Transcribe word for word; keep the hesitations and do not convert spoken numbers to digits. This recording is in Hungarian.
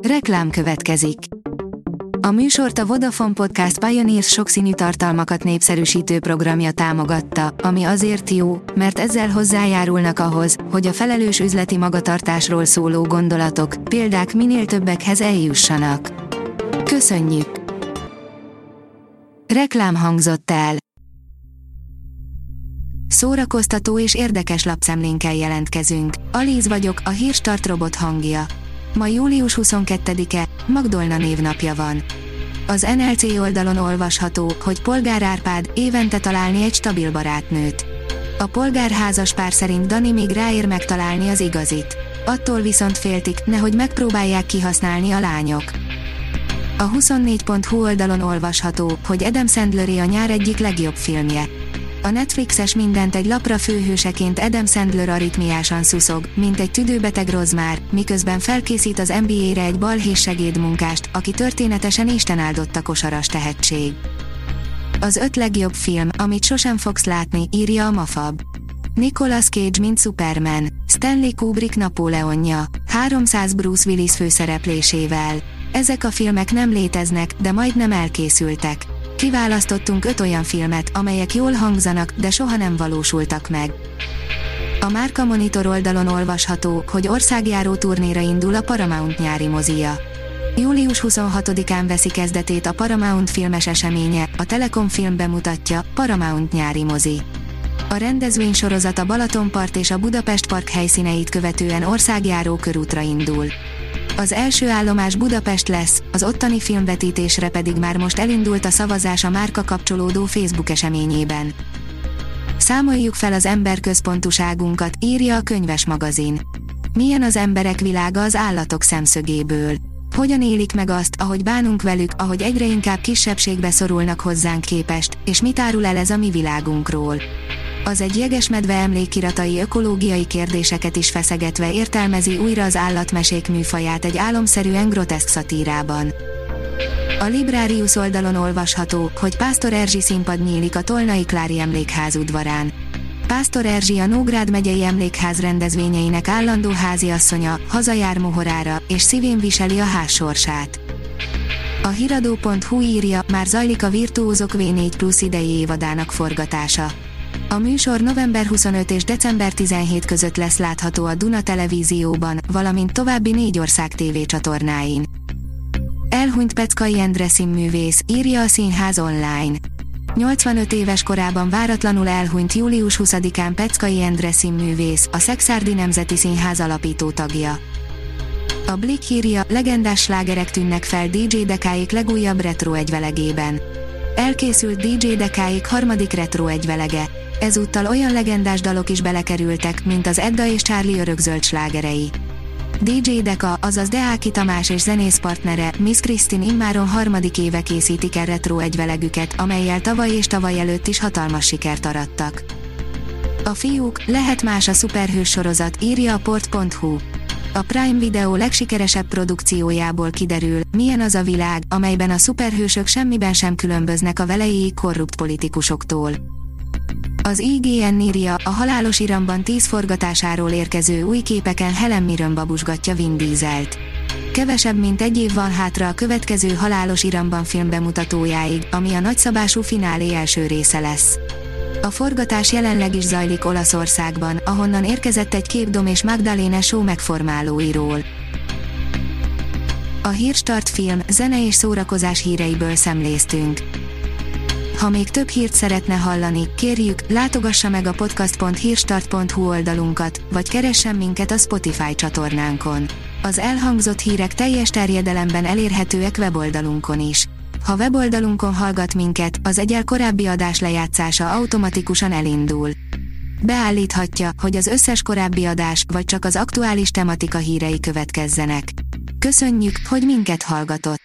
Reklám következik. A műsort a Vodafone Podcast Pioneers sokszínű tartalmakat népszerűsítő programja támogatta, ami azért jó, mert ezzel hozzájárulnak ahhoz, hogy a felelős üzleti magatartásról szóló gondolatok, példák minél többekhez eljussanak. Köszönjük! Reklám hangzott el. Szórakoztató és érdekes lapszemlénkkel jelentkezünk. Alíz vagyok, a Hírstart robot hangja. Ma július huszonkettedike, Magdolna névnapja van. Az en el cé oldalon olvasható, hogy Polgár Árpád évente találni egy stabil barátnőt. A polgárházas pár szerint Dani még ráér megtalálni az igazit. Attól viszont féltik, nehogy megpróbálják kihasználni a lányok. A huszonnégy pont hu oldalon olvasható, hogy Adam Sandleré a nyár egyik legjobb filmje. A Netflixes mindent egy lapra főhőseként Adam Sandler aritmiásan szuszog, mint egy tüdőbeteg rozmár, miközben felkészít az en bé á-re egy balhés segédmunkást, aki történetesen istenáldotta kosaras tehetség. Az öt legjobb film, amit sosem fogsz látni, írja a Mafab. Nicolas Cage mint Superman, Stanley Kubrick Napóleonja, háromszáz Bruce Willis főszereplésével. Ezek a filmek nem léteznek, de majdnem elkészültek. Kiválasztottunk öt olyan filmet, amelyek jól hangzanak, de soha nem valósultak meg. A Márka Monitor oldalon olvasható, hogy országjáró turnéra indul a Paramount nyári mozija. július huszonhatodikán veszi kezdetét a Paramount filmes eseménye, a Telekom film bemutatja, Paramount nyári mozi. A rendezvénysorozat a Balatonpart és a Budapest Park helyszíneit követően országjáró körútra indul. Az első állomás Budapest lesz, az ottani filmvetítésre pedig már most elindult a szavazás a márka kapcsolódó Facebook eseményében. Számoljuk fel az emberközpontúságunkat, írja a Könyves magazin. Milyen az emberek világa az állatok szemszögéből? Hogyan élik meg azt, ahogy bánunk velük, ahogy egyre inkább kisebbségbe szorulnak hozzánk képest, és mit árul el ez a mi világunkról? Az egy jegesmedve emlékiratai ökológiai kérdéseket is feszegetve értelmezi újra az állatmesék műfaját egy álomszerűen groteszk szatírában. A Librarius oldalon olvasható, hogy Pásztor Erzsi színpad nyílik a Tolnai Klári Emlékház udvarán. Pásztor Erzsi a Nógrád megyei emlékház rendezvényeinek állandó háziasszonya, hazajár mohorára, és szívén viseli a ház sorsát. A hiradó pont hu írja, már zajlik a Virtuózok vé négy plusz idei évadának forgatása. A műsor november huszonötödike és december tizenhetedike között lesz látható a Duna Televízióban, valamint további négy ország tévécsatornáin. Elhunyt Peckai Endre színművész, írja a Színház online. nyolcvanöt éves korában váratlanul elhunyt július huszadikán Peckai Endre színművész, a Szekszárdi Nemzeti Színház alapító tagja. A Blick írja, legendás slágerek tűnnek fel dé dzsé Dekáik legújabb retro egyvelegében. Elkészült dé dzsé Dekáik harmadik retro egyvelege. Ezúttal olyan legendás dalok is belekerültek, mint az Edda és Charlie örökzöld slágerei. dé dzsé Deka, azaz Deáki Tamás és zenész partnere, Miss Kristin immáron harmadik éve készítik el retro egyvelegüket, amellyel tavaly és tavaly előtt is hatalmas sikert arattak. A fiúk, lehet más a szuperhős sorozat, írja a port pont hu. A Prime Video legsikeresebb produkciójából kiderül, milyen az a világ, amelyben a szuperhősök semmiben sem különböznek a velejéig korrupt politikusoktól. Az i gé en írja, a Halálos Iramban tíz forgatásáról érkező új képeken Helen Mirren babusgatja Vin Dieselt. Kevesebb mint egy év van hátra a következő Halálos Iramban film bemutatójáig, ami a nagyszabású finálé első része lesz. A forgatás jelenleg is zajlik Olaszországban, ahonnan érkezett egy kép Dom és Magdalena show megformálóiról. A Hírstart film, zene és szórakozás híreiből szemléztünk. Ha még több hírt szeretne hallani, kérjük, látogassa meg a podcast pont hírstart pont hu oldalunkat, vagy keressen minket a Spotify csatornánkon. Az elhangzott hírek teljes terjedelemben elérhetőek weboldalunkon is. Ha weboldalunkon hallgat minket, az egyel korábbi adás lejátszása automatikusan elindul. Beállíthatja, hogy az összes korábbi adás, vagy csak az aktuális tematika hírei következzenek. Köszönjük, hogy minket hallgatott!